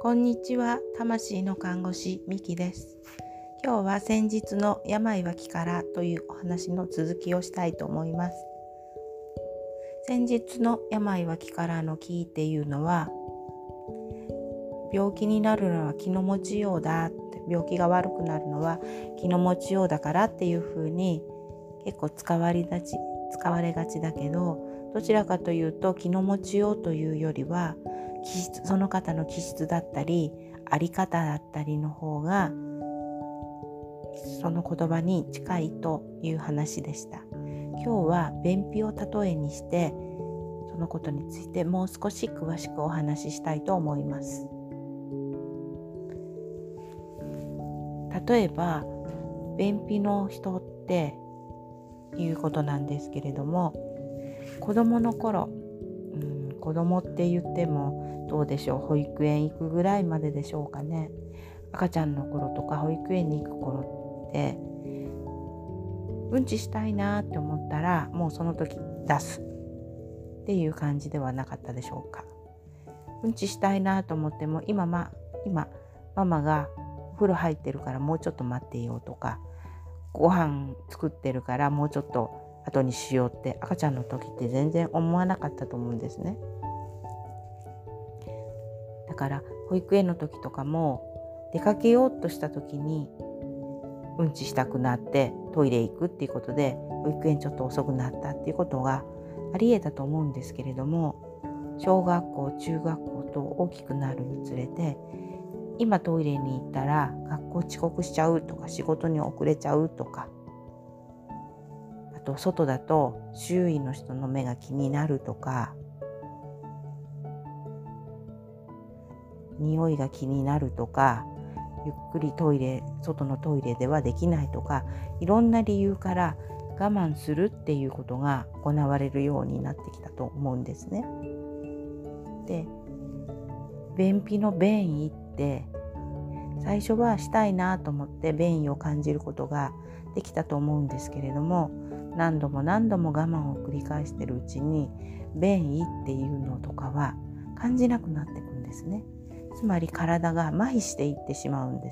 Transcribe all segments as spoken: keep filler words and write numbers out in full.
こんにちは。魂の看護師ミキです。今日は先日の病は気からというお話の続きをしたいと思います。先日の病は気からの気っていうのは、病気になるのは気の持ちようだって、病気が悪くなるのは気の持ちようだからっていうふうに結構使われがち使われがちだけど、どちらかというと気の持ちようというよりは気質、その方の気質だったりあり方だったりの方がその言葉に近いという話でした。今日は便秘を例えにしてそのことについてもう少し詳しくお話ししたいと思います。例えば便秘の人っていうことなんですけれども、子供の頃、うん、子供って言ってもどうでしょう、保育園行くぐらいまででしょうかね。赤ちゃんの頃とか保育園に行く頃ってうんちしたいなって思ったらもうその時出すっていう感じではなかったでしょうか。うんちしたいなと思っても今ま今ママがお風呂入ってるからもうちょっと待ってよとか、ご飯作ってるからもうちょっと後にしようって赤ちゃんの時って全然思わなかったと思うんですね。だから保育園の時とかも出かけようとした時にうんちしたくなってトイレ行くっていうことで保育園ちょっと遅くなったっていうことがあり得たと思うんですけれども、小学校中学校と大きくなるにつれて今トイレに行ったら学校遅刻しちゃうとか仕事に遅れちゃうとか、あと外だと周囲の人の目が気になるとか、匂いが気になるとか、ゆっくりトイレ外のトイレではできないとか、いろんな理由から我慢するっていうことが行われるようになってきたと思うんですね。で、便秘の便意って最初はしたいなと思って便意を感じることができたと思うんですけれども、何度も何度も我慢を繰り返しているうちに便意っていうのとかは感じなくなっていくんですね。つまり体が麻痺していってしまうんです。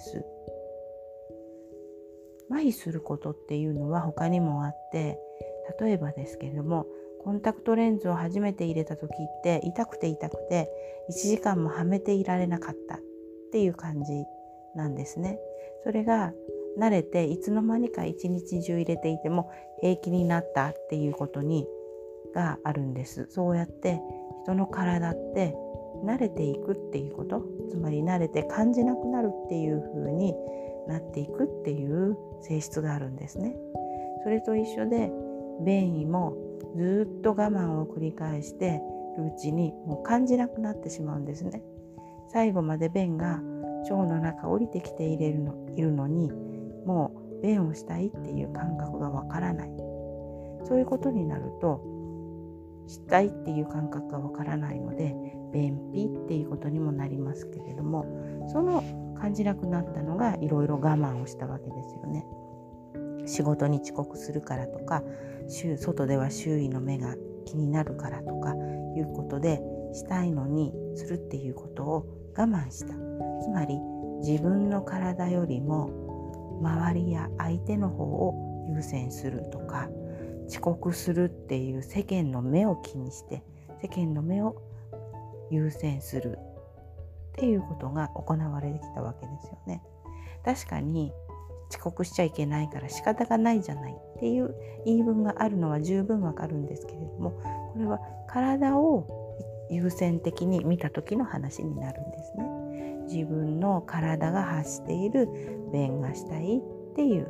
麻痺することっていうのは他にもあって、例えばですけれども、コンタクトレンズを初めて入れた時って痛くて痛くていちじかんもはめていられなかったっていう感じなんですね。それが慣れていつの間にか一日中入れていても平気になったっていうことにがあるんです。そうやって人の体って慣れていくっていうこと、つまり慣れて感じなくなるっていう風になっていくっていう性質があるんですね。それと一緒で便意もずっと我慢を繰り返しているうちにもう感じなくなってしまうんですね。最後まで便が腸の中降りてきているの、いるのにもう便をしたいっていう感覚がわからない。そういうことになるとしたいっていう感覚がわからないので便秘っていうことにもなりますけれども、その感じなくなったのがいろいろ我慢をしたわけですよね。仕事に遅刻するからとか、外では周囲の目が気になるからとかいうことでしたいのにするっていうことを我慢した。つまり自分の体よりも周りや相手の方を優先するとか、遅刻するっていう世間の目を気にして世間の目を優先するっていうことが行われてきたわけですよね。確かに遅刻しちゃいけないから仕方がないじゃないっていう言い分があるのは十分わかるんですけれども、これは体を優先的に見た時の話になるんですね。自分の体が発している便がしたいっていう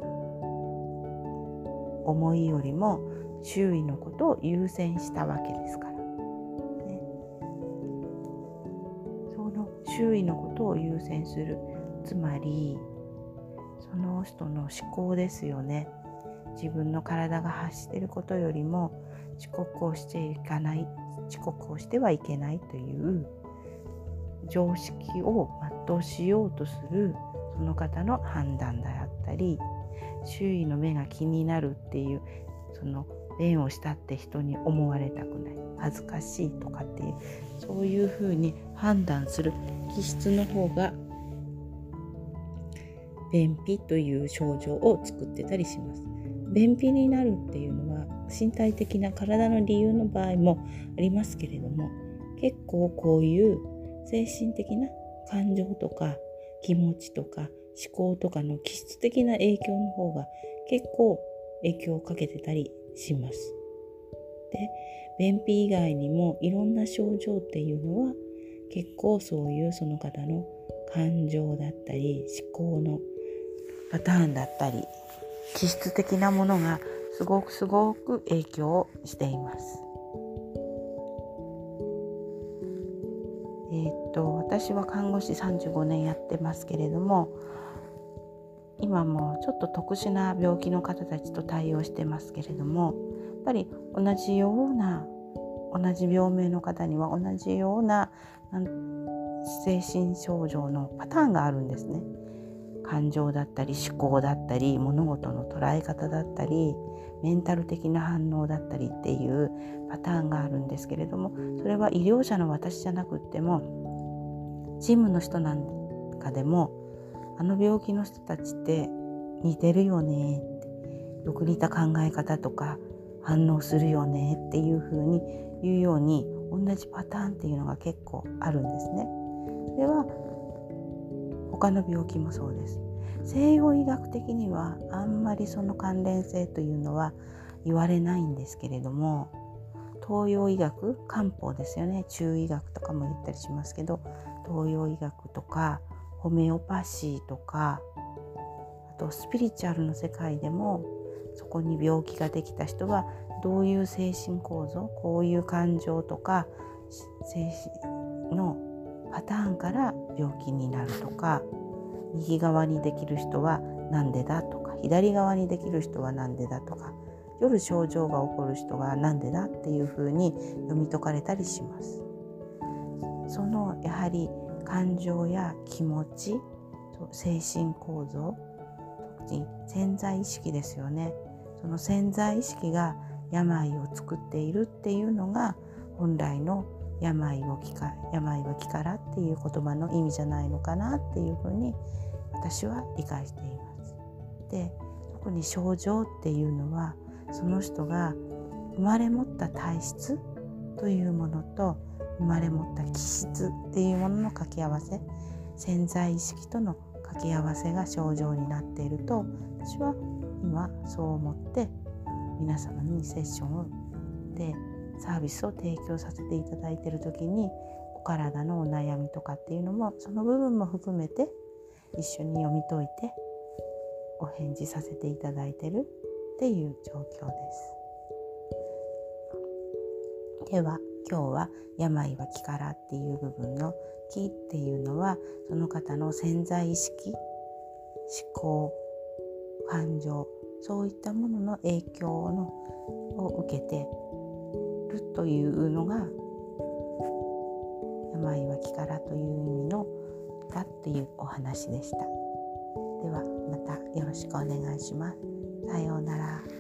思いよりも周囲のことを優先したわけですから、ね、その周囲のことを優先する、つまりその人の思考ですよね。自分の体が発していることよりも遅刻をしていかない、遅刻をしてはいけないという常識を全うしようとするその方の判断であったり、周囲の目が気になるっていうその便をしたって人に思われたくない、恥ずかしいとかっていう、そういうふうに判断する気質の方が便秘という症状を作ってたりします。便秘になるっていうのは身体的な体の理由の場合もありますけれども、結構こういう精神的な感情とか気持ちとか思考とかの気質的な影響の方が結構影響をかけてたりします。で、便秘以外にもいろんな症状っていうのは結構そういうその方の感情だったり思考のパターンだったり気質的なものがすごくすごく影響しています。えーっと私は看護師さんじゅうごねんやってますけれども、今もちょっと特殊な病気の方たちと対応してますけれども、やっぱり同じような同じ病名の方には同じような精神症状のパターンがあるんですね。感情だったり思考だったり物事の捉え方だったりメンタル的な反応だったりっていうパターンがあるんですけれども、それは医療者の私じゃなくってもチームの人なんかでも、あの病気の人たちって似てるよねって、よく似た考え方とか反応するよねっていう風に言うように、同じパターンっていうのが結構あるんですね。それは他の病気もそうです。西洋医学的にはあんまりその関連性というのは言われないんですけれども、東洋医学、漢方ですよね、中医学とかも言ったりしますけど、東洋医学とかホメオパシーとか、あとスピリチュアルの世界でもそこに病気ができた人はどういう精神構造、こういう感情とか精神のパターンから病気になるとか、右側にできる人はなんでだとか、左側にできる人はなんでだとか、夜症状が起こる人がなんでだっていうふうに読み解かれたりします。そのやはり感情や気持ち、精神構造、特に潜在意識ですよね。その潜在意識が病を作っているっていうのが本来の病を気から、病は気からっていう言葉の意味じゃないのかなっていうふうに私は理解しています。で、特に症状っていうのはその人が生まれ持った体質というものと生まれ持った気質っていうものの掛け合わせ、潜在意識との掛け合わせが症状になっていると私は今そう思って皆様にセッションをでサービスを提供させていただいている時に、お体のお悩みとかっていうのもその部分も含めて一緒に読み解いてお返事させていただいているっていう状況です。では今日は病は気からっていう部分の気っていうのは、その方の潜在意識、思考、感情、そういったものの影響のを受けてるというのが病は気からという意味のだっていうお話でした。ではまたよろしくお願いします。さようなら。